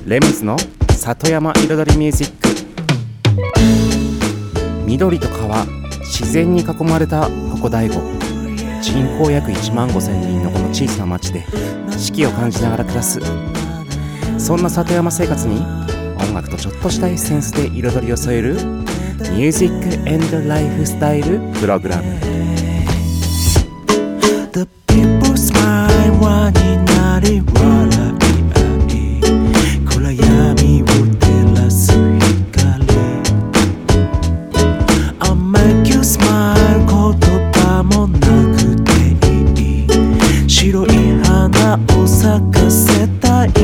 レムズの里山彩りミュージック。緑と川、自然に囲まれたここ大悟。人口約1万5,000人のこの小さな町で四季を感じながら暮らす、そんな里山生活に音楽とちょっとしたエッセンスで彩りを添えるミュージック&ライフスタイルプログラム。 The people smile 輪になり笑い暗闇を照らす光 I'll make you smile 言葉もなくていい白い花を咲かせたい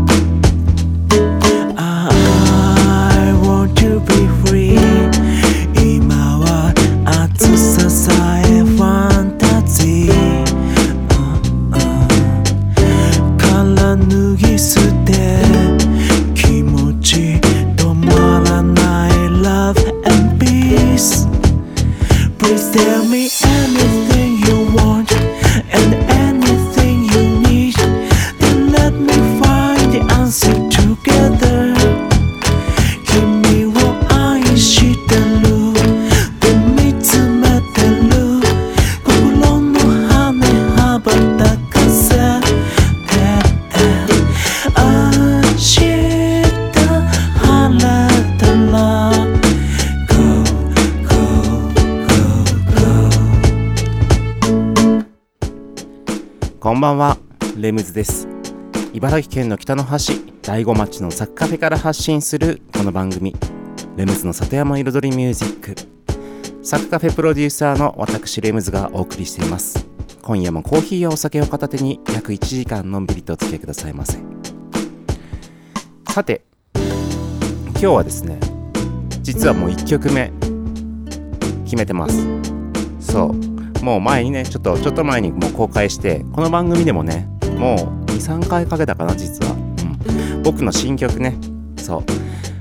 こんばんは、レムズです。茨城県の北の端、大子町のサクカフェから発信するこの番組、レムズの里山彩りミュージック。サクカフェプロデューサーの私レムズがお送りしています。今夜もコーヒーやお酒を片手に約1時間のんびりとお付き合いくださいませ。さて、今日はですね、実はもう1曲目決めてます。そう、もう前にね、ちょっと前にもう公開して、この番組でもね、もう 2,3 回かけたかな、実は。僕の新曲ね、そう、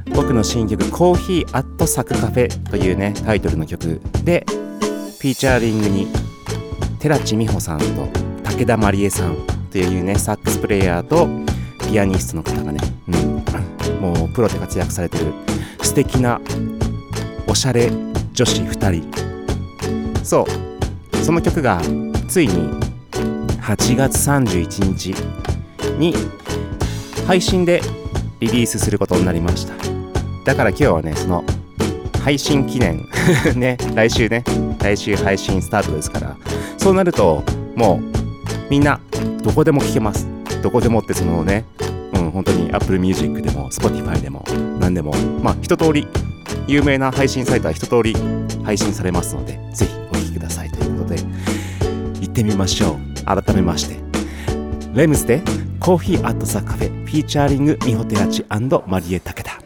僕の新曲コーヒーアットサクカフェというね、タイトルの曲で、フィーチャーリングに寺地美穂さんと武田まりえさんというね、サックスプレイヤーとピアニストの方がね、もうプロで活躍されてる素敵なおしゃれ女子2人。そう、その曲がついに8月31日に配信でリリースすることになりました。だから今日はね、その配信記念ね、来週配信スタートですから、そうなるともうみんなどこでも聴けます。どこでもってそのね、本当に Apple Music でも Spotify でも何でも、まあ一通り有名な配信サイトは一通り配信されますので、ぜひお聴きくださいということで行ってみましょう。改めまして、レムズでコーヒーアットサカフェフィーチャーリング美穂寺地&マリエ武田。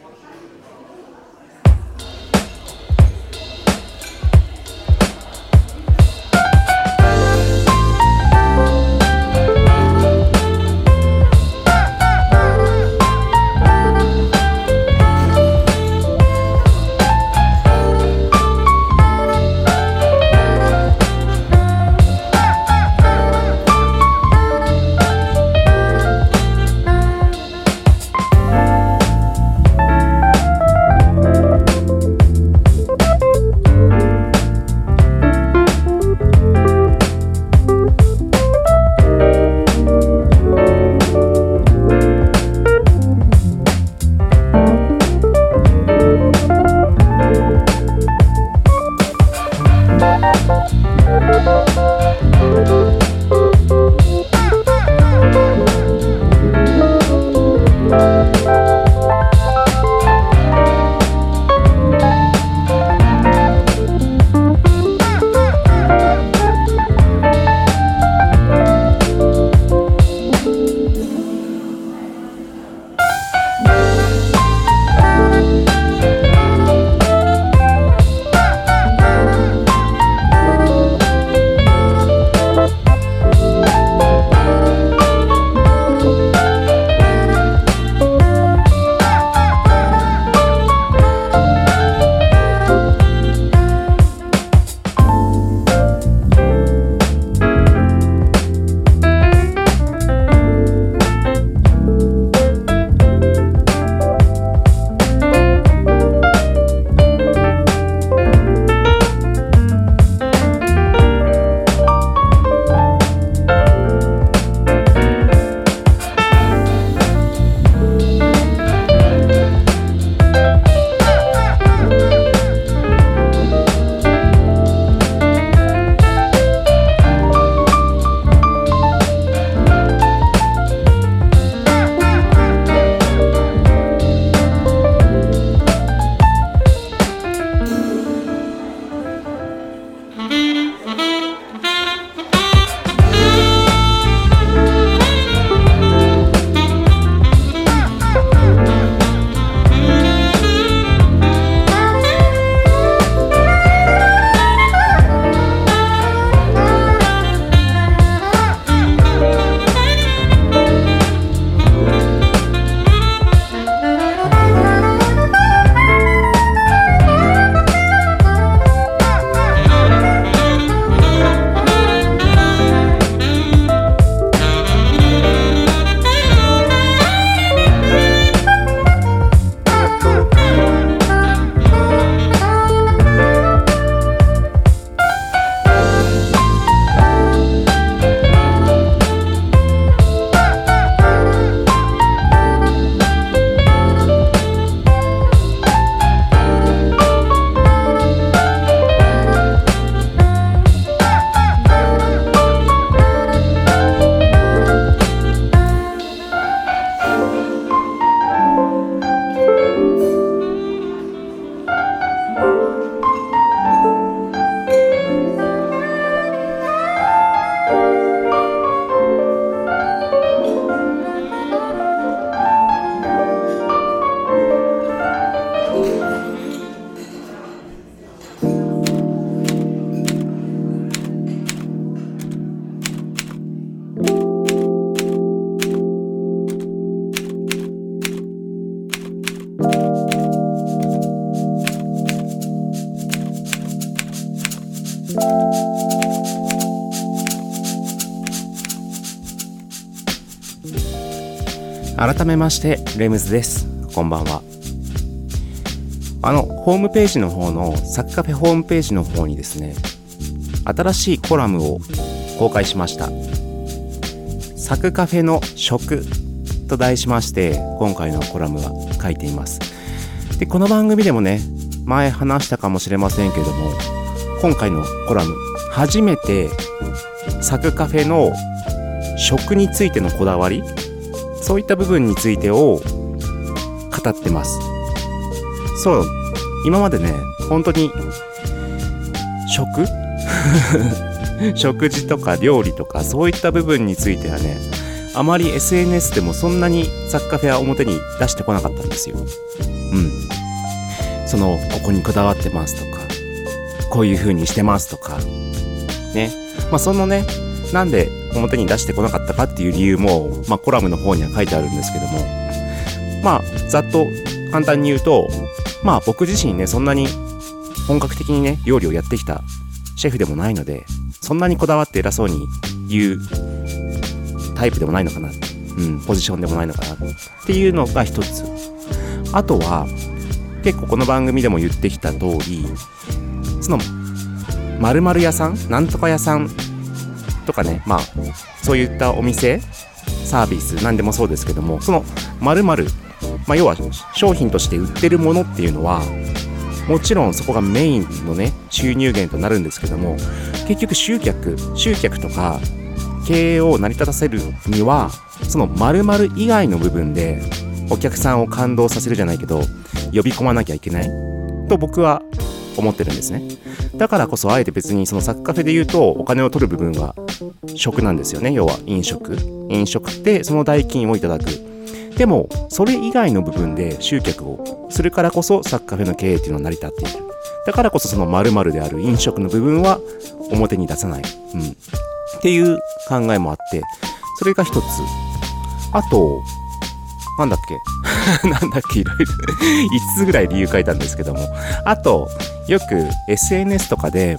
改めましてレムズです。こんばんは。ホームページの方のサクカフェホームページの方にですね、新しいコラムを公開しました。サクカフェの食と題しまして今回のコラムは書いています。でこの番組でもね前話したかもしれませんけども、今回のコラム初めてサクカフェの食についてのこだわり、そういった部分についてを語ってます。そう、今までね本当に食事とか料理とかそういった部分についてはね、あまり SNS でもそんなにサクカフェは表に出してこなかったんですよ。ここにこだわってますとか、こういう風にしてますとかね、そのね、なんで表に出してこなかったかっていう理由も、コラムの方には書いてあるんですけども、ざっと簡単に言うと、僕自身ねそんなに本格的にね料理をやってきたシェフでもないので、そんなにこだわって偉そうに言うタイプでもないのかな、ポジションでもないのかなっていうのが一つ。あとは結構この番組でも言ってきた通り、その〇〇屋さん、なんとか屋さんとかね、そういったお店、サービス、なんでもそうですけども、その〇〇、要は商品として売ってるものっていうのはもちろんそこがメインのね収入源となるんですけども、結局集客とか経営を成り立たせるには、その〇〇以外の部分でお客さんを感動させるじゃないけど呼び込まなきゃいけないと僕は思ってるんですね。だからこそあえて別にそのサクカフェで言うとお金を取る部分は食なんですよね。要は飲食ってその代金をいただく。でもそれ以外の部分で集客をするからこそサクカフェの経営っていうのは成り立っている。だからこそその〇〇である飲食の部分は表に出さない、っていう考えもあって、それが一つ。あとなんだっけいろいろ5つぐらい理由書いたんですけども、あとよく SNS とかで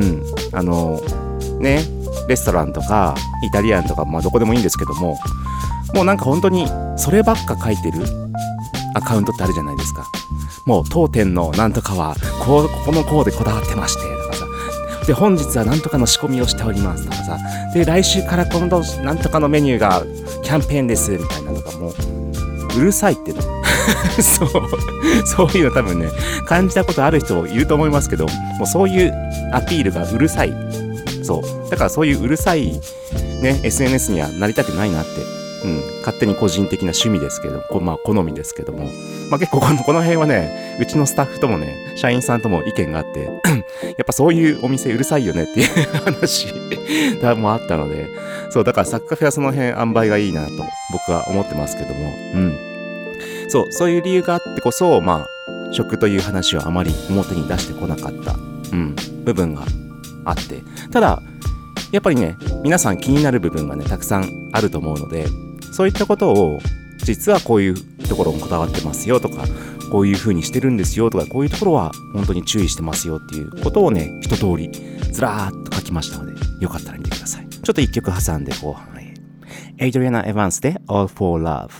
レストランとかイタリアンとかどこでもいいんですけども、もうなんか本当にそればっか書いてるアカウントってあるじゃないですか。もう当店のなんとかはここのこうでこだわってましてとかさ、で本日はなんとかの仕込みをしておりますとかさ、で来週から今度なんとかのメニューがキャンペーンですみたいなのがもううるさいってのそういうの多分ね感じたことある人いると思いますけど、もうそういうアピールがうるさい。そうだからそういううるさいね SNS にはなりたくないなって、勝手に個人的な趣味ですけど、好みですけども、結構この辺はねうちのスタッフともね社員さんとも意見があってやっぱそういうお店うるさいよねっていう話もあったので、そうだからサクカフェはその辺塩梅がいいなと僕は思ってますけども、そういう理由があってこそ食という話をあまり表に出してこなかった、部分があって、ただやっぱりね皆さん気になる部分がねたくさんあると思うので、そういったことを実はこういうところもこだわってますよとか、こういう風にしてるんですよとか、こういうところは本当に注意してますよっていうことをね一通りずらーっと書きましたので、よかったら見てください。ちょっと一曲挟んで後半へ。エイドリアナ・エヴァンスで All for Love。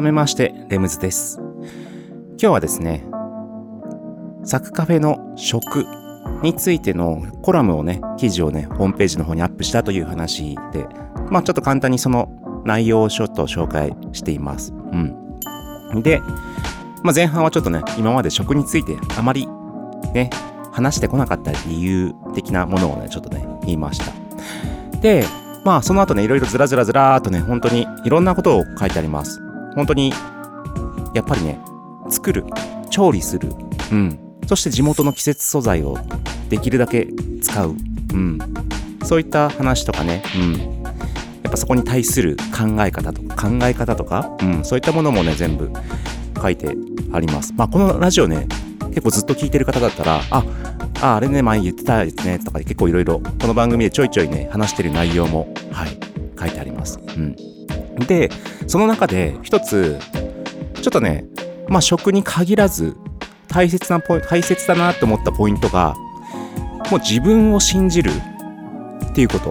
改めましてレムズです。今日はですね、サクカフェの食についてのコラムをね、記事をね、ホームページの方にアップしたという話で、ちょっと簡単にその内容をちょっと紹介しています。で、前半はちょっとね、今まで食についてあまりね、話してこなかった理由的なものをね、ちょっとね、言いました。で、その後ね、いろいろずらーっとね、本当にいろんなことを書いてあります。本当に、やっぱりね、作る、調理する、そして地元の季節素材をできるだけ使う、そういった話とかね、やっぱそこに対する考え方とか、そういったものもね、全部書いてあります。このラジオね、結構ずっと聞いてる方だったら、あれね、前言ってたやつね、とかで結構いろいろ、この番組でちょいちょいね、話してる内容も、書いてあります。で、その中で一つ、ちょっとね、食に限らず、大切だなと思ったポイントが、もう自分を信じるっていうこと。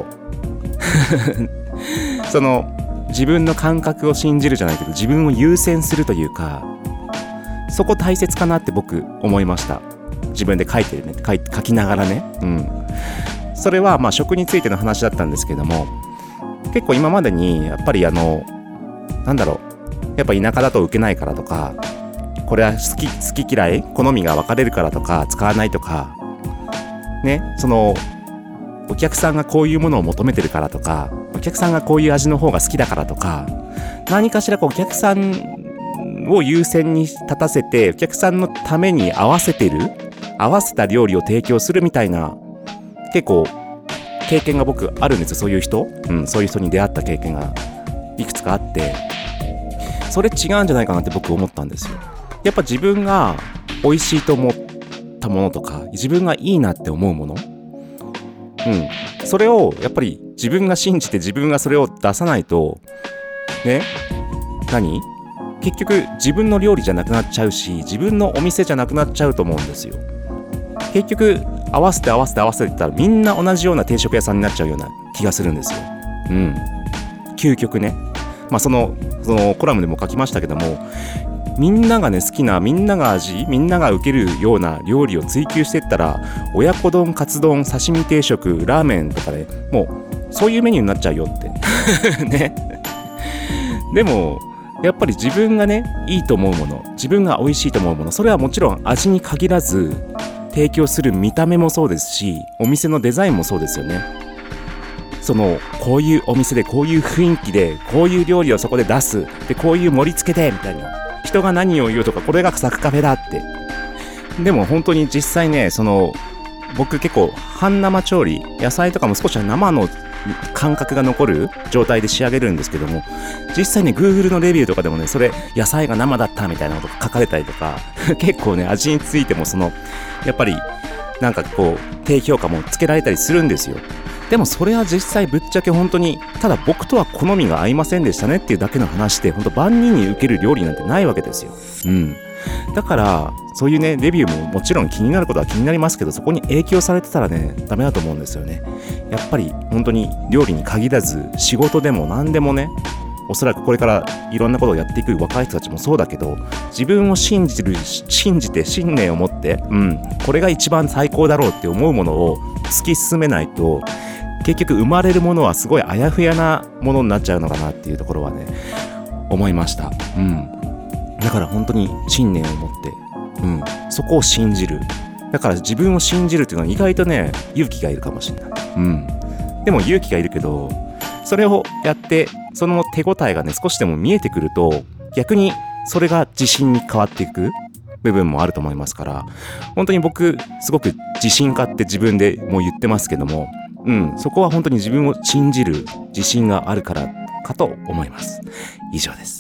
その、自分の感覚を信じるじゃないけど、自分を優先するというか、そこ大切かなって僕思いました。自分で書いてるね、書きながらね。それは食についての話だったんですけども、結構今までにやっぱりやっぱ田舎だと受けないからとか、これは好き嫌い好みが分かれるからとか、使わないとかね、そのお客さんがこういうものを求めてるからとか、お客さんがこういう味の方が好きだからとか、何かしらお客さんを優先に立たせて、お客さんのために合わせた料理を提供するみたいな、結構経験が僕あるんですよ。そういう人、そういう人に出会った経験がいくつかあって、それ違うんじゃないかなって僕思ったんですよ。やっぱ自分が美味しいと思ったものとか、自分がいいなって思うもの、それをやっぱり自分が信じて、自分がそれを出さないとね、結局自分の料理じゃなくなっちゃうし、自分のお店じゃなくなっちゃうと思うんですよ。結局合わせていったらみんな同じような定食屋さんになっちゃうような気がするんですよ。究極ね。そのコラムでも書きましたけども、みんながね、好きな、みんなが受けるような料理を追求していったら、親子丼、カツ丼、刺身定食、ラーメンとかで、もうそういうメニューになっちゃうよってね。でもやっぱり自分がね、いいと思うもの、自分が美味しいと思うもの、それはもちろん味に限らず、提供する見た目もそうですし、お店のデザインもそうですよね。こういうお店で、こういう雰囲気で、こういう料理をそこで出す、でこういう盛り付けでみたいな、人が何を言うとか、これがサクカフェだって。でも本当に実際ね、僕結構半生調理、野菜とかも少し生の感覚が残る状態で仕上げるんですけども、実際ね、 Google のレビューとかでもね、それ野菜が生だったみたいなこと書かれたりとか結構ね、味についてもやっぱり低評価もつけられたりするんですよ。でもそれは実際ぶっちゃけ本当に、ただ僕とは好みが合いませんでしたねっていうだけの話で、本当万人に受ける料理なんてないわけですよ。だからそういうね、レビューももちろん気になることは気になりますけど、そこに影響されてたらね、ダメだと思うんですよね。やっぱり本当に料理に限らず、仕事でも何でもね、おそらくこれからいろんなことをやっていく若い人たちもそうだけど、自分を信じて信念を持って、これが一番最高だろうって思うものを突き進めないと、結局生まれるものはすごいあやふやなものになっちゃうのかなっていうところはね、思いました。だから本当に信念を持って、そこを信じる。だから自分を信じるっていうのは意外とね、勇気がいるかもしれない。でも勇気がいるけど、それをやってその手応えがね、少しでも見えてくると、逆にそれが自信に変わっていく部分もあると思いますから、本当に僕すごく自信家って自分でもう言ってますけども、そこは本当に自分を信じる自信があるからかと思います。以上です。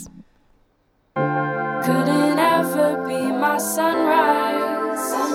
Couldn't ever be my sunrise,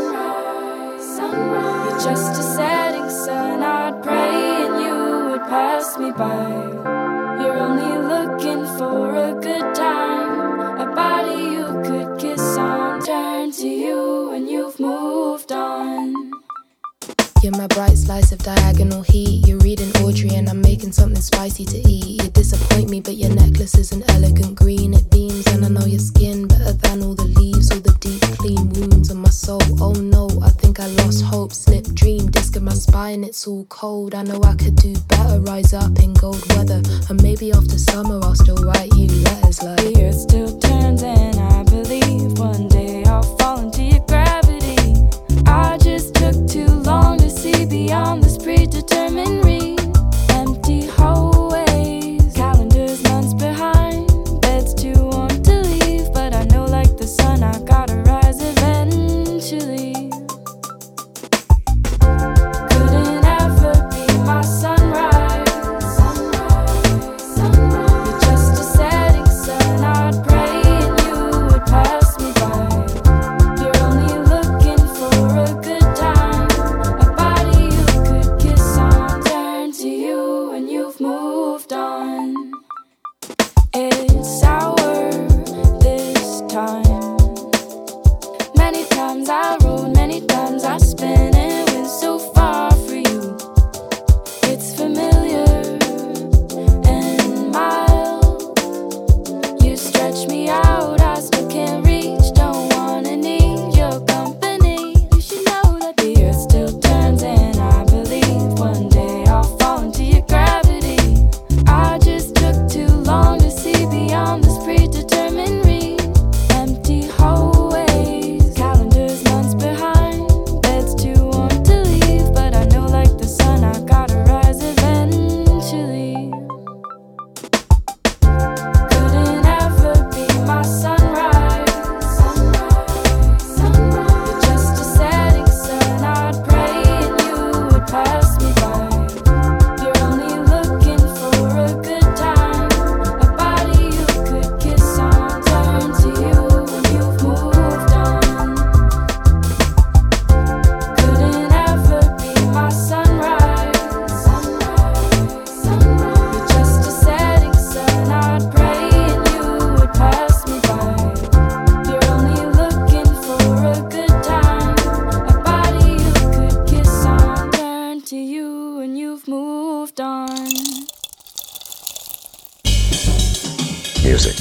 You're just a setting sun, I'd pray and you would pass me by. You're only looking for a good time, a body you could kiss on. Turn to you and you've moved on. You're my bright slice of diagonal heat. You're reading Audrey and I'm making something spicy to eat. You disappoint me, but your necklace is an elegant green. It beams and I know your skin better than all the leaves. All the deep clean wounds on my soul. Oh no, I think I lost hope. Slip, dream, disc in my spine, it's all cold. I know I could do better, rise up in cold weather. And maybe after summer I'll still write you letters like the earth still turns and I believe one day I'll fall into your gravity. I just took too long to see beyond this predetermined read. Empty hallways, calendars months behind, beds too warm to leave, but I know like the sun I gotta rise eventually. Couldn't ever be my sunrise, you're just a setting sun. I'd pray and you would pass me by. You're only looking for a good time, a body you could kiss on. Turn to you and you've moved on. It's sour this time. Many times I rode, many times I spin. It went so far for you. It's familiar and mild. You stretch me out, I still can't reach. Don't wanna need your company. You should know that the earth still turns and I believe one day I'll fall into your gravity. I just took too long to see beyond this predetermined read. Empty hallways, calendars months behind, beds too warm to leave, but I know like the sun I gotta rise eventually. Couldn't ever be my sunrise, you're just a setting sun. I'd pray and you would pass me by. You're only looking for a good time, a body you could kiss on. Turn to you when you've moved on. Couldn't ever be my sunrise, you're just a setting sun. I'd pray and you would pass me by. You're only looking for a good time, a body you could kiss on. Turn to you when you've moved on. Music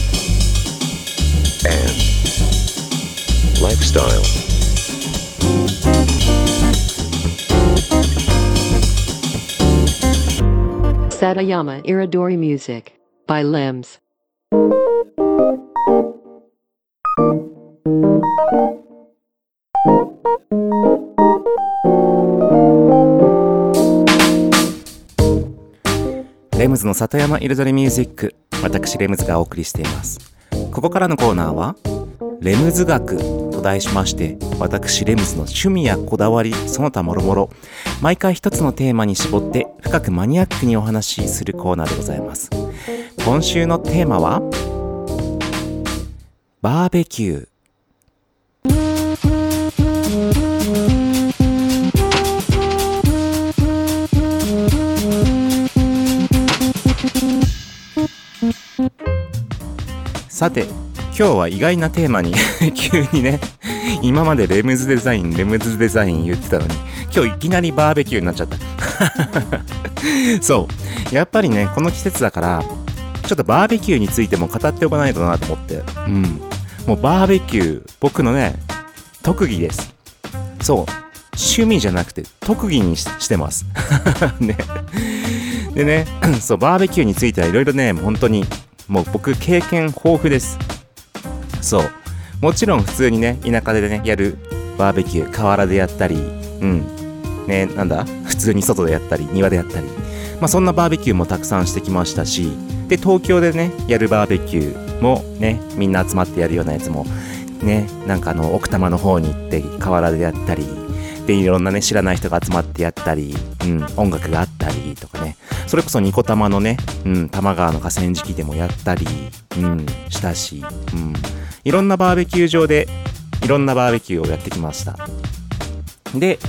and lifestyle. Satayama Iridori Music by Limbs. レムズの里山彩りミュージック、私レムズがお送りしています。ここからのコーナーはレムズ学と題しまして、私レムズの趣味やこだわりその他もろもろ、毎回一つのテーマに絞って深くマニアックにお話しするコーナーでございます。今週のテーマはバーベキュー。さて、今日は意外なテーマに急にね、今までレムズデザイン言ってたのに、今日いきなりバーベキューになっちゃったそう、やっぱりね、この季節だからちょっとバーベキューについても語っておかないとなと思って、もうバーベキュー、僕のね特技です。そう、趣味じゃなくて特技にしてますね。でね、そうバーベキューについてはいろいろね、本当にもう僕経験豊富です。そう、もちろん普通にね田舎でねやるバーベキュー、河原でやったり、ね、なんだ普通に外でやったり庭でやったり、そんなバーベキューもたくさんしてきましたし、で東京でねやるバーベキューもね、みんな集まってやるようなやつもね、なんか奥多摩の方に行って河原でやったりで、いろんなね知らない人が集まってやったり、音楽があったりとかね、それこそニコタマのね、多摩川の河川敷でもやったり、したし、いろんなバーベキュー場でいろんなバーベキューをやってきました。で、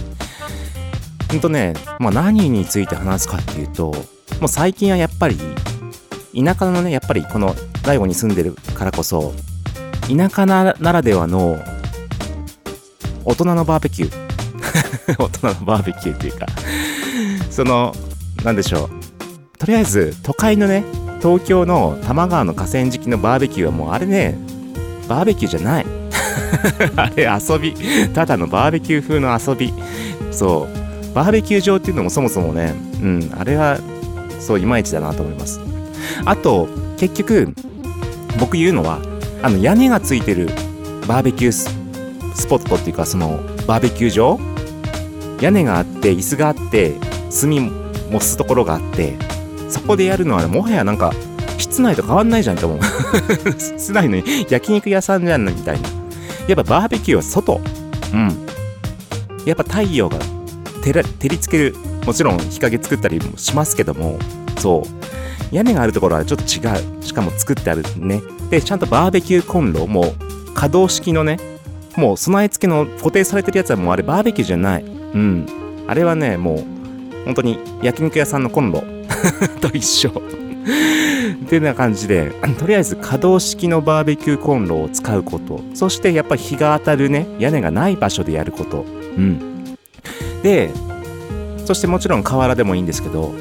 何について話すかっていうと、もう最近はやっぱり田舎のね、やっぱりこの大悟に住んでるからこそ、田舎ならではの大人のバーベキュー大人のバーベキューっていうかなんでしょう、とりあえず都会のね、東京の多摩川の河川敷のバーベキューはもうあれね、バーベキューじゃないあれ遊び、ただのバーベキュー風の遊び。そうバーベキュー場っていうのもそもそもね、あれはそういまいちだなと思います。あと結局僕言うのは、屋根がついてるバーベキュースポットっていうか、そのバーベキュー場、屋根があって椅子があって炭もすところがあって、そこでやるのはもはやなんか室内と変わんないじゃんって思う室内の焼肉屋さんじゃんみたいな。やっぱバーベキューは外、やっぱ太陽が照りつける、もちろん日陰作ったりもしますけども、そう屋根があるところはちょっと違う。しかも作ってあるね。でちゃんとバーベキューコンロも可動式のね、もう備え付けの固定されてるやつはもうあれバーベキューじゃない。あれはね、もう本当に焼肉屋さんのコンロと一緒ってな感じで、とりあえず可動式のバーベキューコンロを使うこと、そしてやっぱり日が当たるね、屋根がない場所でやること、でそしてもちろん河原でもいいんですけど、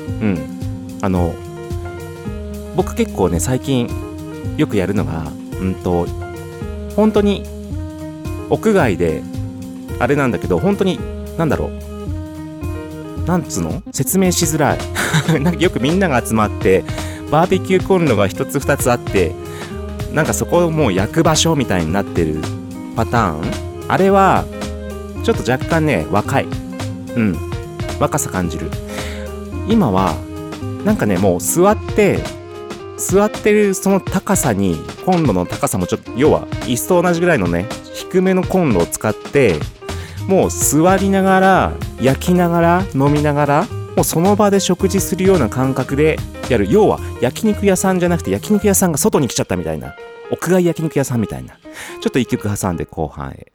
僕結構ね最近よくやるのが、本当に屋外であれなんだけど、本当になんだろう、なんつうの、説明しづらいなんかよくみんなが集まってバーベキューコンロが一つ二つあって、なんかそこをもう焼く場所みたいになってるパターン、あれはちょっと若干ね若い、若さ感じる。今はなんかね、もう座ってるその高さに、コンロの高さもちょっと、要は椅子と同じぐらいのね低めのコンロを使って、もう座りながら焼きながら飲みながら、もうその場で食事するような感覚でやる。要は焼肉屋さんじゃなくて、焼肉屋さんが外に来ちゃったみたいな、屋外焼肉屋さんみたいな。ちょっと一曲挟んで後半へ。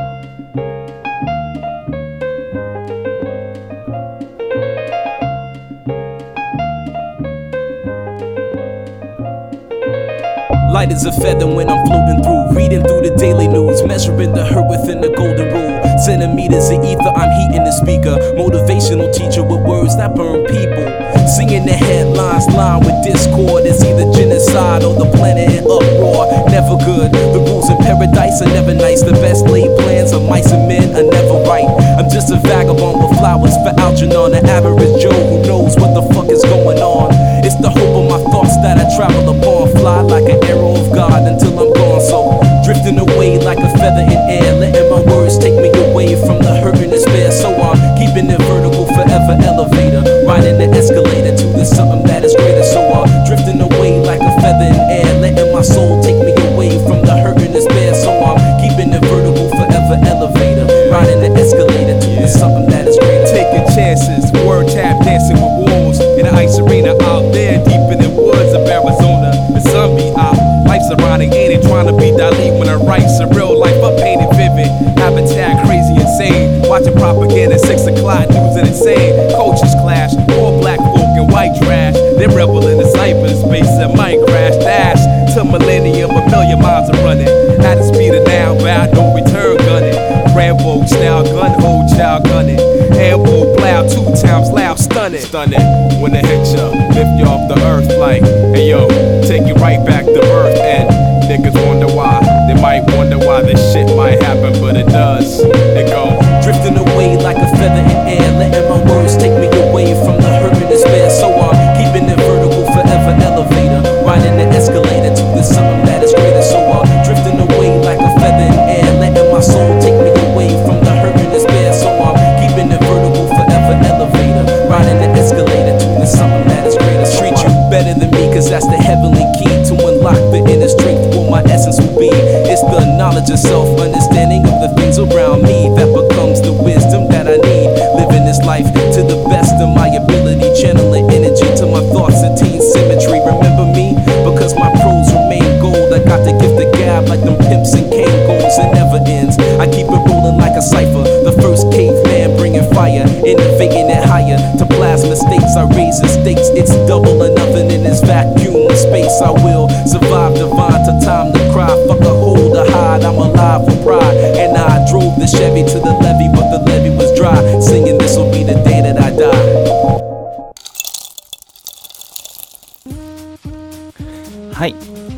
Light as a feather when I'm floating through, reading through the daily news, measuring the hurt within the golden rule. Centimeters of ether, I'm heating the speaker. Motivational teacher with words that burn people. Singing the headlines, line with discord. It's either genocide or the planet in uproar. Never good. The rules in paradise are never nice. The best laid plans of mice and men are never right. I'm just a vagabond with flowers for Algernon, an average Joe who knows what the fuck is going on. It's the hope of my thoughts that I travel upon. Fly like an arrow of God until I'm gone. So drifting away like a feather in air, letting my words take me away from the hurt and despair. So I'm keeping it vertical, forever elevator, riding the escalator to the something that is greater. So I'm drifting away like a feather in air, letting my soul take me away from the hurt and despair. So I'm keeping it vertical, forever elevator, riding the escalator to the something that is greater. Taking chances, word tap dancing with wolves in the ice arena out there deep in the woods of Arizona. The sun be out, life's ironic, ain't it? Trying to be Dali when I write surreal life, I painted vivid. Habitat crazy, insane. Watching propaganda, 6 o'clock news and insane. Cultures clash, poor black folk and white trash. They rebel in the cyberspace and might crash. Dash to millennium, a million miles are running. At the speed of now, bound no return gunning. Rambo style, gun hold, child gunning. Ambo plow 2 times loud, stunning. Stunning when it hit ya, lift you off the earth like, hey yo, take you right back to earth. And niggas wonder why, they might wonder why this shit might happen, but it does. It go drifting away like a feather in air, letting my words take me away from the hurt and despair. So I'm keeping it vertical, forever elevator, riding the escalator to the something that is greater. So I'm drifting away like a feather in air, letting my soul take me away from the hurt and despair. So I'm keeping it vertical, forever elevator, riding the escalator to the something that is greater. Treat you better than me, cause that's the heavenly key to unlock the inner strength. What my essence will be, it's the knowledge of self, understanding of the things around me that becomes the wisdom that I need. Living this life to the best of my ability, channeling energy to my thoughts, attain symmetry. Remember me, because my prose remain gold. I got the gift of gab like them pimps and cane goals. It never ends, I keep it rolling like a cipher. The first caveman bringing fire, innovating it higher to plasma states. I raise the stakes, it's double or nothing in this vacuum of space. I will survive divine to time to cry. Fuck a hold or hide, I'm alive for pride. And I drove the Chevy to the levee, but the levee was dry.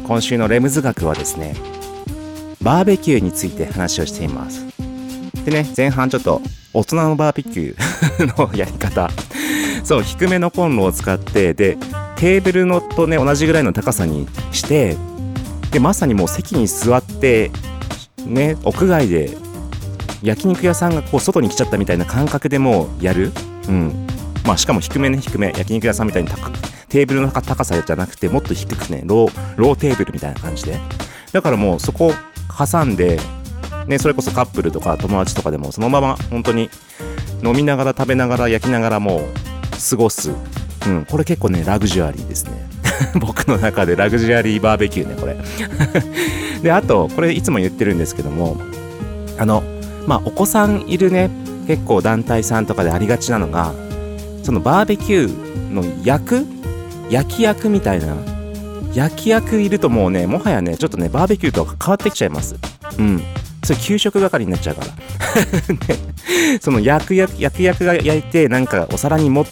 今週のレムズ学はですね、バーベキューについて話をしています。でね、前半ちょっと大人のバーベキューのやり方、そう、低めのコンロを使って、でテーブルのとね同じぐらいの高さにして、でまさにもう席に座ってね、屋外で焼肉屋さんがこう外に来ちゃったみたいな感覚でもうやる。まあしかも低め焼肉屋さんみたいにテーブルの高さじゃなくてもっと低くね、ローテーブルみたいな感じで、だからもうそこ挟んでね、それこそカップルとか友達とかでもそのまま本当に飲みながら食べながら焼きながらもう過ごす。これ結構ねラグジュアリーですね僕の中でラグジュアリーバーベキューね、これで、あとこれいつも言ってるんですけども、お子さんいるね、結構団体さんとかでありがちなのが、そのバーベキューの焼き役みたいな、焼き役いるともうね、もはやねちょっとねバーベキューとは変わってきちゃいます。それ給食係になっちゃうからね、その焼く役が焼いて、なんかお皿に盛って、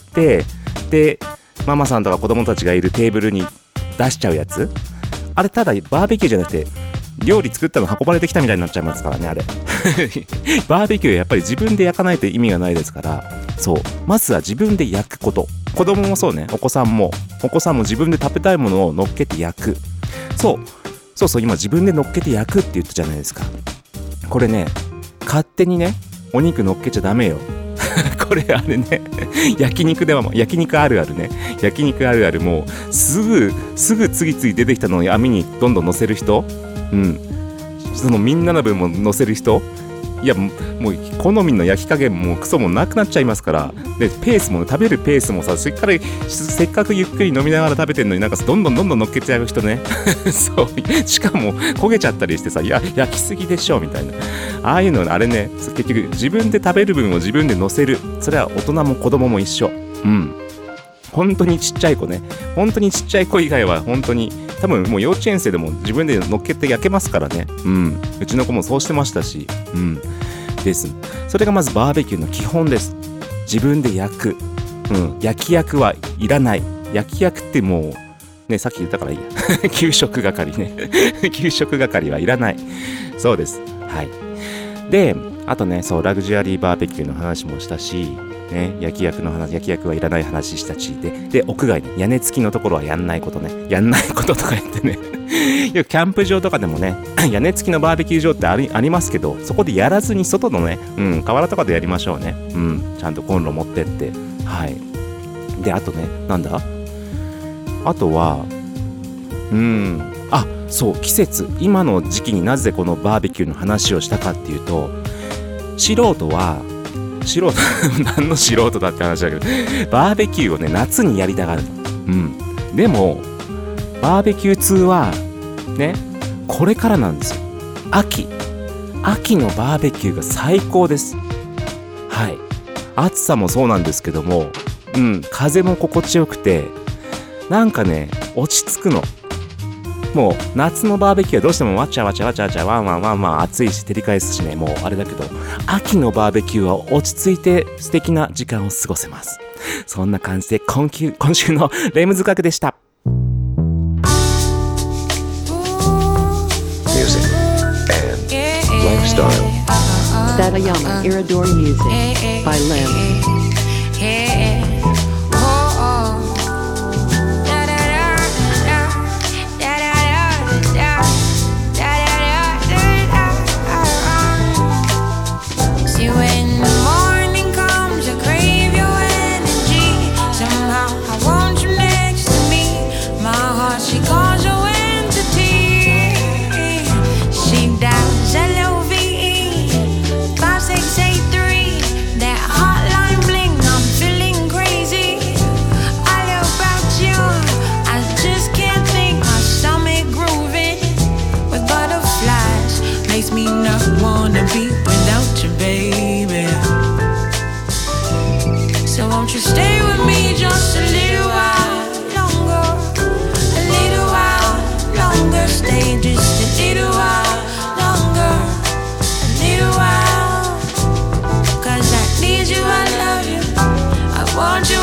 でママさんとか子供たちがいるテーブルに出しちゃうやつ、あれただバーベキューじゃなくて料理作ったの運ばれてきたみたいになっちゃいますからね、あれバーベキューはやっぱり自分で焼かないと意味がないですから、そう、まずは自分で焼くこと。子供もそうね、お子さんも自分で食べたいものを乗っけて焼く。そう今自分で乗っけて焼くって言ったじゃないですか。これね、勝手にねお肉乗っけちゃダメよこれあれね、焼肉ではもう焼肉あるあるね、焼肉あるある、もうすぐ次々出てきたのを網にどんどん乗せる人、そのみんなの分も乗せる人、いやもう好みの焼き加減もクソもなくなっちゃいますから。でペースもね、食べるペースもさ、せっかくゆっくり飲みながら食べてるのに、なんかどんどん乗っけちゃう人ねそうしかも焦げちゃったりしてさ、いや焼きすぎでしょみたいな、ああいうのあれね、結局自分で食べる分を自分で乗せる。それは大人も子供も一緒。本当にちっちゃい子ね、本当にちっちゃい子以外は本当に多分もう幼稚園生でも自分で乗っけて焼けますからね。うちの子もそうしてましたし、です。それがまずバーベキューの基本です。自分で焼く。焼き役はいらない。焼き役ってもうね、さっき言ったからいいや給食係ね給食係はいらない。そうです。はい。で、あとね、そうラグジュアリーバーベキューの話もしたし、ね、焼き役はいらない話したし、で屋外ね、屋根付きのところはやんないこととか言ってねキャンプ場とかでもね屋根付きのバーベキュー場ってありますけど、そこでやらずに外のね、河原とかでやりましょうね。ちゃんとコンロ持ってって。はい。で、あとね、なんだ、あとはそう、季節、今の時期になぜこのバーベキューの話をしたかっていうと、素人何の素人だって話だけど、バーベキューをね夏にやりたがるの。でもバーベキュー通はね、これからなんですよ。秋のバーベキューが最高です。はい。暑さもそうなんですけども、風も心地よくて、なんかね落ち着くの。もう夏のバーベキューはどうしてもわちゃわちゃワンワン暑いし照り返すしね、もうあれだけど、秋のバーベキューは落ち着いて素敵な時間を過ごせます。そんな感じで今週のレムズ学でした。 Music and lifestyle. Satayama Iridori Music by Limbs.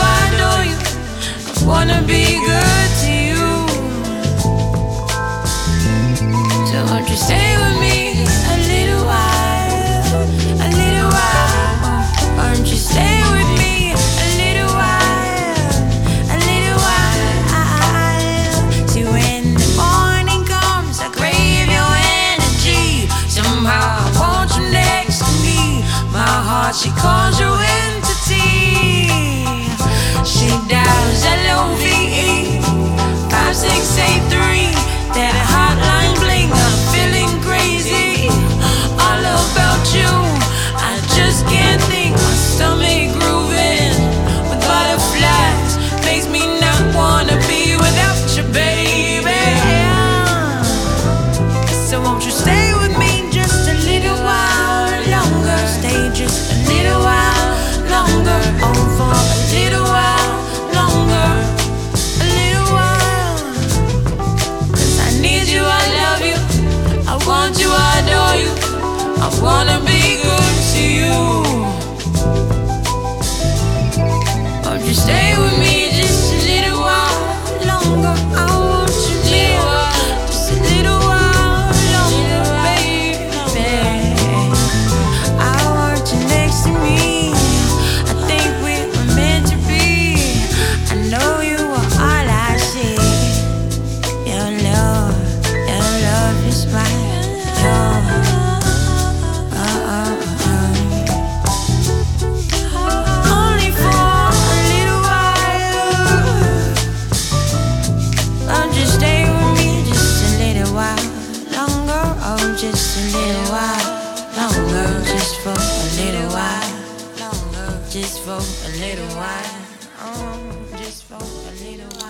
Wanna be good to you. she calls you entity. She dials LOVE 5683. That hotline bling, I'm feeling crazy. All about you, I just can't think. My stomach grooving with butterflies makes me not wanna be without you, baby. So won't you stay with me just a little while longer? Stay just a little while longer. Oh, for a little while longer. A little while. 'Cause I need you, I love you, I want you, I adore you, I wanna be good to you. Won't you stay with me just a little while longer? I want you, little, just a little while longer, baby. I want you next to me. I think we were meant to be. I know you are all I see. Your love is mine. Only for a little while. Just stay with me just a little while longer. Oh, just a little while longer. Just for a little while longer. Just for a little while. Oh, just for a little while.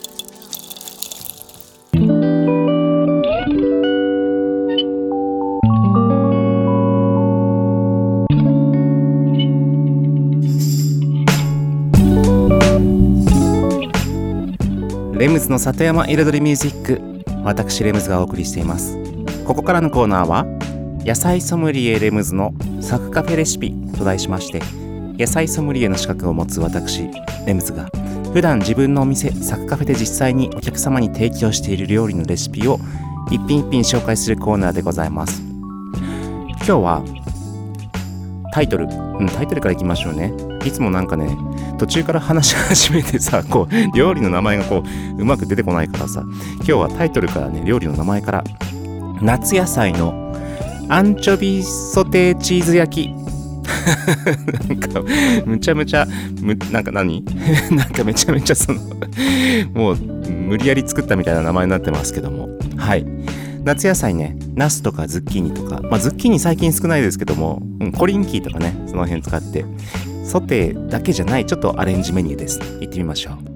レムズの里山彩りミュージック、私レムズがお送りしています。ここからのコーナーは野菜ソムリエレムズのサクカフェレシピと題しまして、野菜ソムリエの資格を持つ私レムズが普段自分のお店サクカフェで実際にお客様に提供している料理のレシピを一品一品紹介するコーナーでございます。今日はタイトルからいきましょうね。いつもなんかね、途中から話し始めてさ、こう料理の名前がこううまく出てこないからさ、今日はタイトルからね、料理の名前から、夏野菜のアンチョビソテーチーズ焼きなんかむちゃめちゃなんか何なんかめちゃめちゃそのもう無理やり作ったみたいな名前になってますけども、はい、夏野菜ね、ナスとかズッキーニとか、ズッキーニ最近少ないですけども、コリンキーとかね、その辺使ってソテーだけじゃないちょっとアレンジメニューです。行ってみましょう。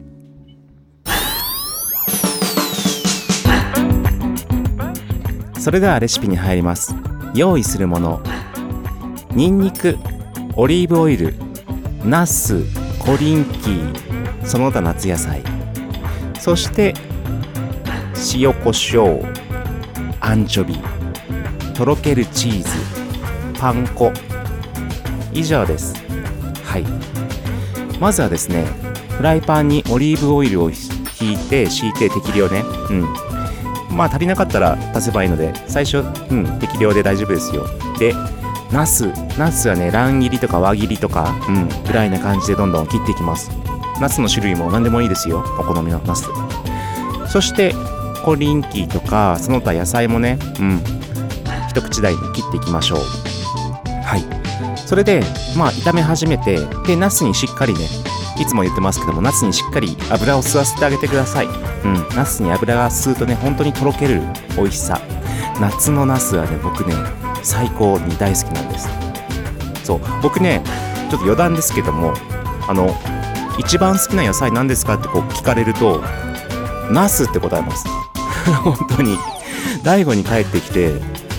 それではレシピに入ります。用意するもの、ニンニク、オリーブオイル、ナス、コリンキー、その他夏野菜、そして塩コショウ、アンチョビ、とろけるチーズ、パン粉、以上です。はい、まずはですね、フライパンにオリーブオイルを敷いて適量ね、足りなかったら足せばいいので、最初、適量で大丈夫ですよ。で、ナスはね、乱切りとか輪切りとか、ぐらいな感じでどんどん切っていきます。ナスの種類も何でもいいですよ、お好みのナス。そしてコリンキーとかその他野菜もね、一口大に切っていきましょう。はい、それで炒め始めて、でナスにしっかりね、いつも言ってますけども、ナスにしっかり油を吸わせてあげてください。ナスに油が吸うとね、本当にとろける美味しさ。夏のナスはね、僕ね、最高に大好きなんです。そう、僕ね、ちょっと余談ですけども、一番好きな野菜何ですかってこう聞かれると、ナスって答えます。本当に大悟に帰ってきて、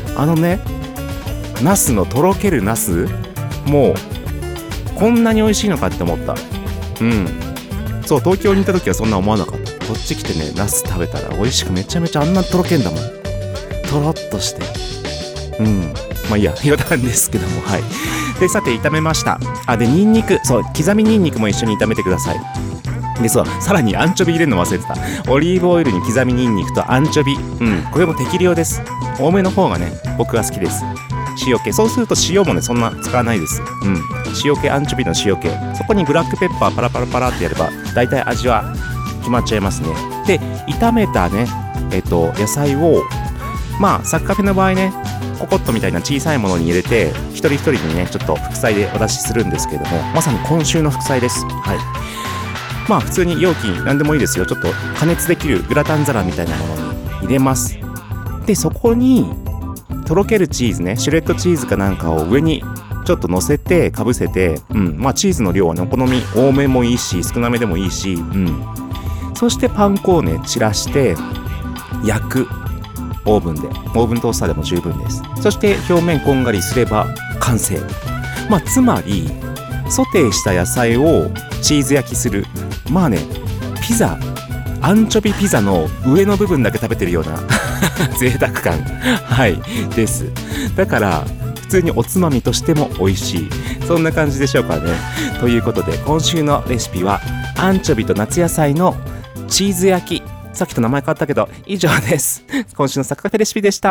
ナスのとろけるナス、もうこんなに美味しいのかって思った。そう、東京にいた時はそんな思わなかった。こっち来てね、ナス食べたら美味しく、めちゃめちゃあんなとろけんだもん。とろっとして、いいや、余談ですけども、はい。で、さて炒めました。でニンニク、そう、刻みニンニクも一緒に炒めてください。で、そう、さらにアンチョビ入れるの忘れてた。オリーブオイルに刻みニンニクとアンチョビ、これも適量です。多めの方がね、僕は好きです。塩気、そうすると塩もね、そんな使わないです。塩気、アンチョビの塩気、そこにブラックペッパーパラパラパラってやれば大体味は決まっちゃいますね。で、炒めたね、野菜をサクカフェの場合ね、 ココットみたいな小さいものに入れて一人一人にねちょっと副菜でお出しするんですけども、まさに今週の副菜です。はい。まあ普通に容器何でもいいですよ。ちょっと加熱できるグラタン皿みたいなものに入れます。でそこにとろけるチーズね、シュレッドチーズかなんかを上にちょっと乗せてかぶせて、まあチーズの量はねお好み多めもいいし少なめでもいいし、そしてパン粉をね散らして焼く。オーブントースターでも十分です。そして表面こんがりすれば完成。まあつまりソテーした野菜をチーズ焼きする。まあね、ピザ、アンチョビピザの上の部分だけ食べてるような贅沢感、はいです。だから普通におつまみとしても美味しい、そんな感じでしょうかね。ということで今週のレシピはアンチョビと夏野菜のチーズ焼き。さっきと名前変わったけど以上です。今週のサクカフェレシピでした。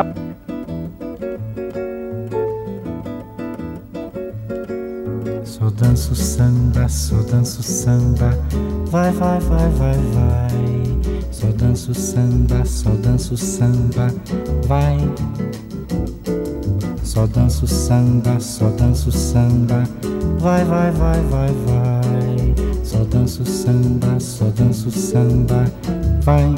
Só danço samba, só danço samba, vai, vai, vai, vai, vai. Só danço samba, só danço samba, vai. Só danço samba, só danço samba, vai, vai, vai, vai, vai. Só danço samba, só danço samba, vai.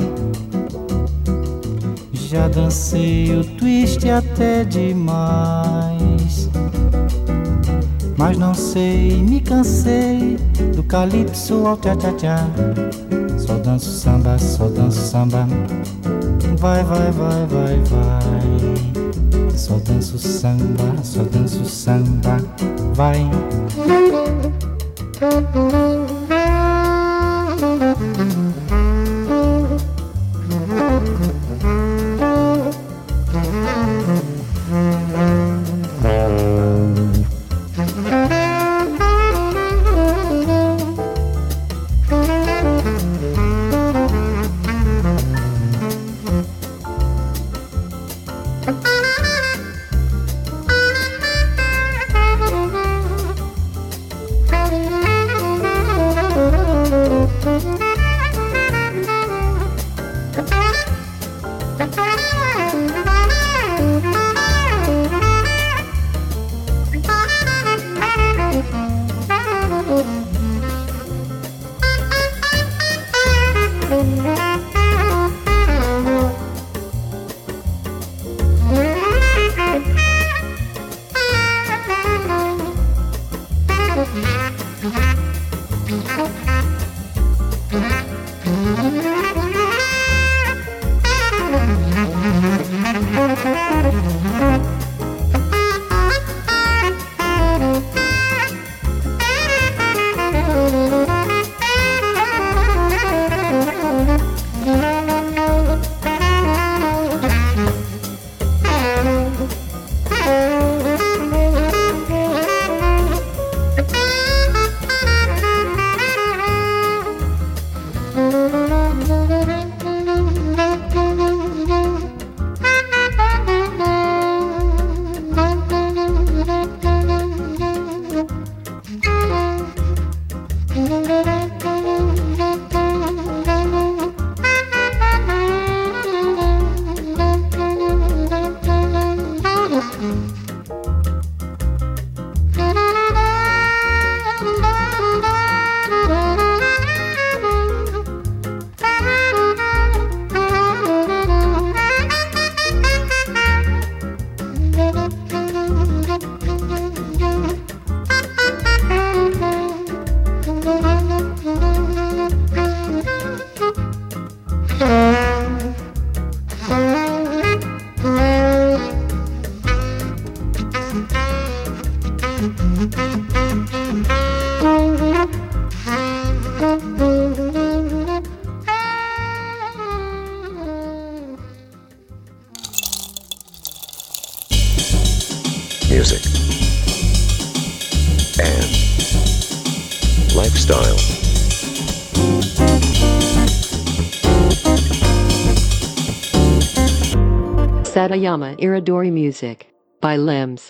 Já dancei o twist até demais, mas não sei, me cansei do calypso ao tchá-tchá-tchá. Só danço samba, só danço samba, vai, vai, vai, vai, vai. Só danço samba, vai. Music and lifestyle. Satayama Iridori Music by Limbs.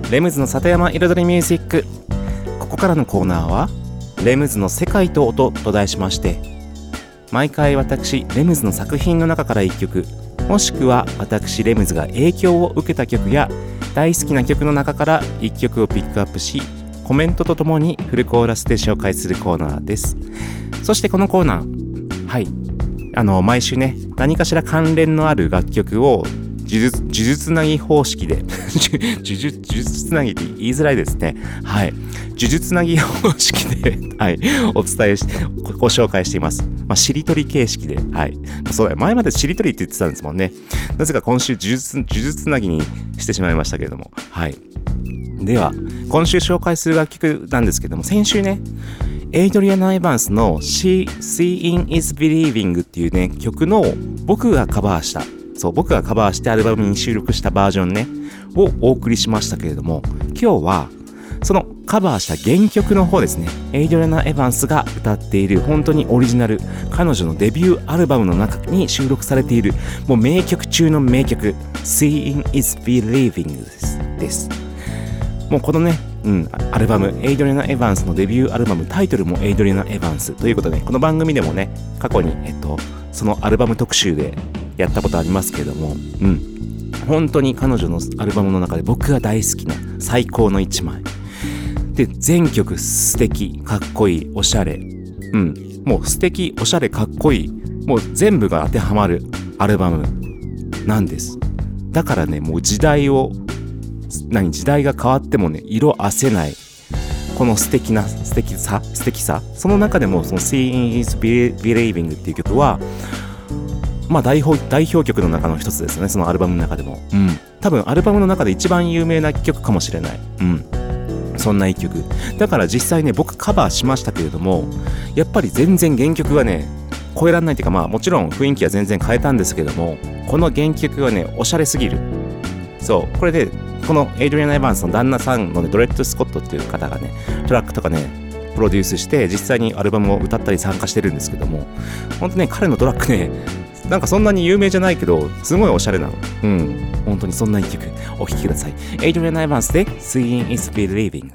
レムズの里山彩りミュージック。ここからのコーナーはレムズの世界と音と題しまして、毎回私レムズの作品の中から1曲、もしくは私レムズが影響を受けた曲や大好きな曲の中から1曲をピックアップし、コメントとともにフルコーラスで紹介するコーナーです。そしてこのコーナー、はい、毎週ね、何かしら関連のある楽曲を呪術つなぎ方式で呪術つなぎって言いづらいですね。はい、呪術つなぎ方式で、はい、お伝えしてご紹介しています。しりとり形式で、はい、そうだ、前までしりとりって言ってたんですもんね。なぜか今週呪術つなぎにしてしまいましたけれども、はい。では今週紹介する楽曲なんですけども、先週ね、エイドリアナ・エヴァンスの Seeing is Believing っていうね曲の僕がカバーしてアルバムに収録したバージョンねをお送りしましたけれども、今日はそのカバーした原曲の方ですね。エイドリアナ・エヴァンスが歌っている本当にオリジナル、彼女のデビューアルバムの中に収録されているもう名曲中の名曲 Seeing is Believing です。もうこのね、アルバム、エイドリアナ・エヴァンスのデビューアルバム、タイトルもエイドリアナ・エヴァンスということで、この番組でもね、過去にそのアルバム特集でやったことありますけれども、本当に彼女のアルバムの中で僕が大好きな最高の一枚で、全曲素敵、かっこいい、おしゃれ、もう素敵、おしゃれ、かっこいい、もう全部が当てはまるアルバムなんです。だからね、もう時代が変わってもね、色褪せないこの素敵さ、その中でもその Seeing is Believing っていう曲は代表曲の中の一つですね。そのアルバムの中でも、多分アルバムの中で一番有名な曲かもしれない、そんな一曲だから、実際ね僕カバーしましたけれども、やっぱり全然原曲はね超えられないっていうか、もちろん雰囲気は全然変えたんですけども、この原曲はねおしゃれすぎる。そう、これでこのエイドリアナ・エヴァンスの旦那さんのね、ドレッド・スコットっていう方がね、トラックとかねプロデュースして実際にアルバムを歌ったり参加してるんですけども、本当ね彼のトラックね、なんかそんなに有名じゃないけどすごいおしゃれなの。本当にそんな一曲お聴きください。エイドリアナ・エヴァンスで Seeing is Believing。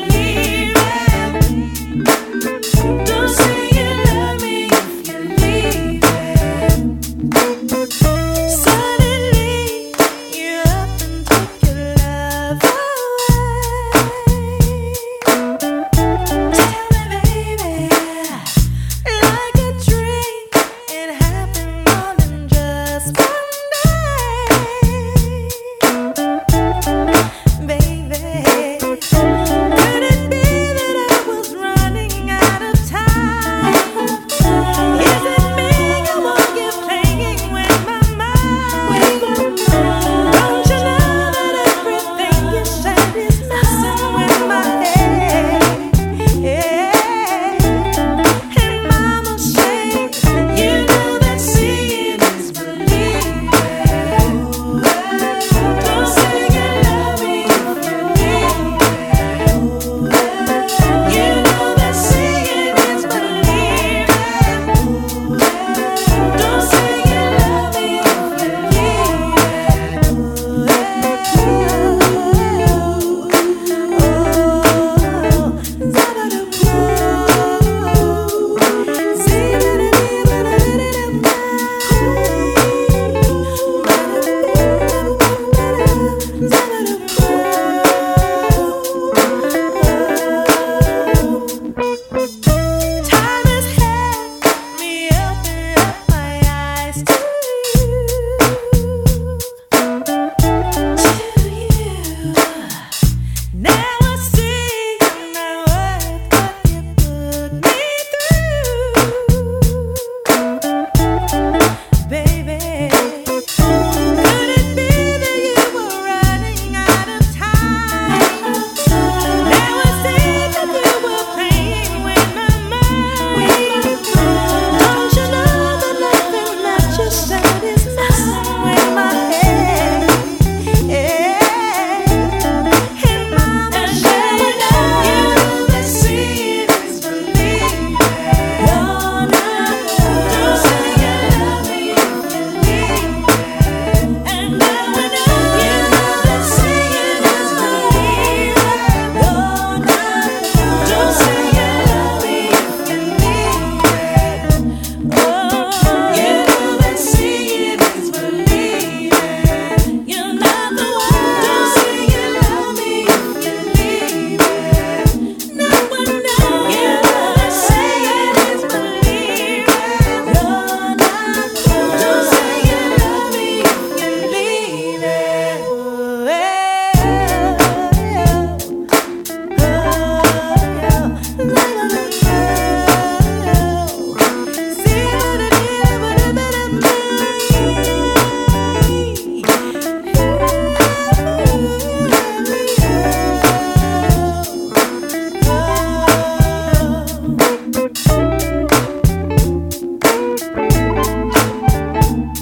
Don't say you love me if you leave.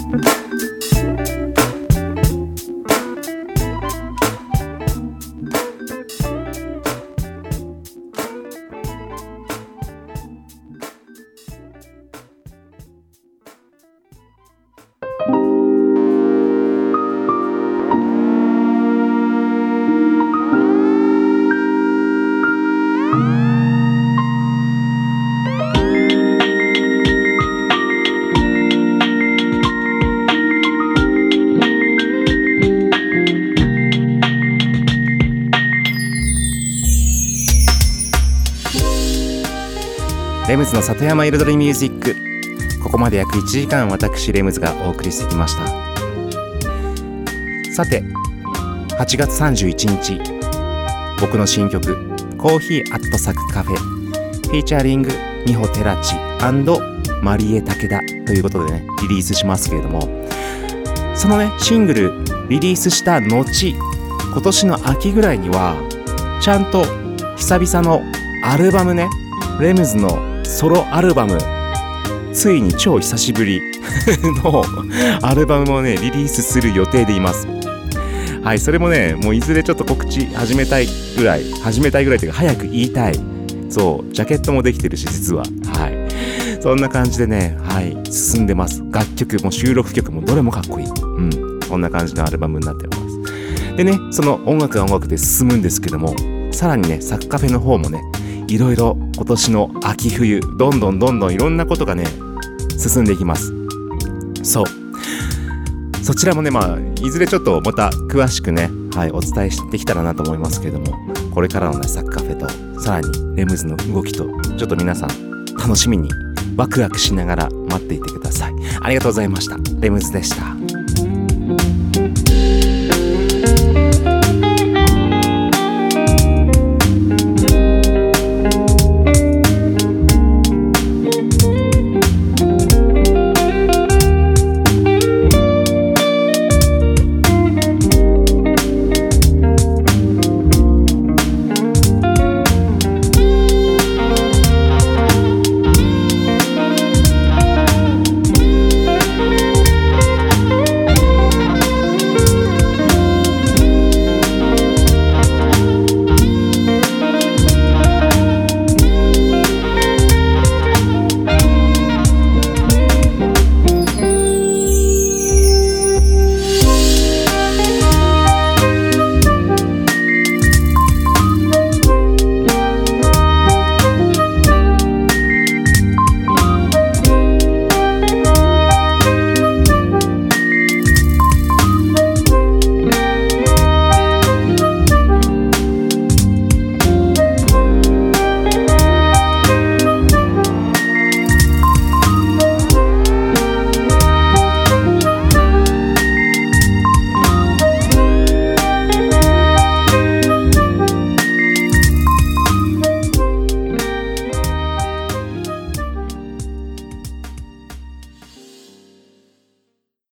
レムズの里山彩りミュージック、ここまで約1時間私レムズがお送りしてきました。さて8月31日、僕の新曲コーヒーアットサクカフェフィーチャリングミホテラチ&マリエ武田ということでねリリースしますけれども、そのねシングルリリースした後、今年の秋ぐらいにはちゃんと久々のアルバムね、レムズのソロアルバム、ついに超久しぶりのアルバムをねリリースする予定でいます。はい、それもねもういずれちょっと告知始めたいぐらいというか早く言いたい。そうジャケットもできてるし実は、はい、そんな感じでね、はい、進んでます。楽曲も収録曲もどれもかっこいい、そんな感じのアルバムになっております。でね、その音楽が音楽で進むんですけども、さらにねサクカフェの方もねいろいろ今年の秋冬どんどんいろんなことがね進んでいきます。そうそちらもねいずれちょっとまた詳しくね、はい、お伝えしてきたらなと思いますけれども、これからのねサクカフェとさらにレムズの動きとちょっと皆さん楽しみにワクワクしながら待っていてください。ありがとうございました。レムズでした。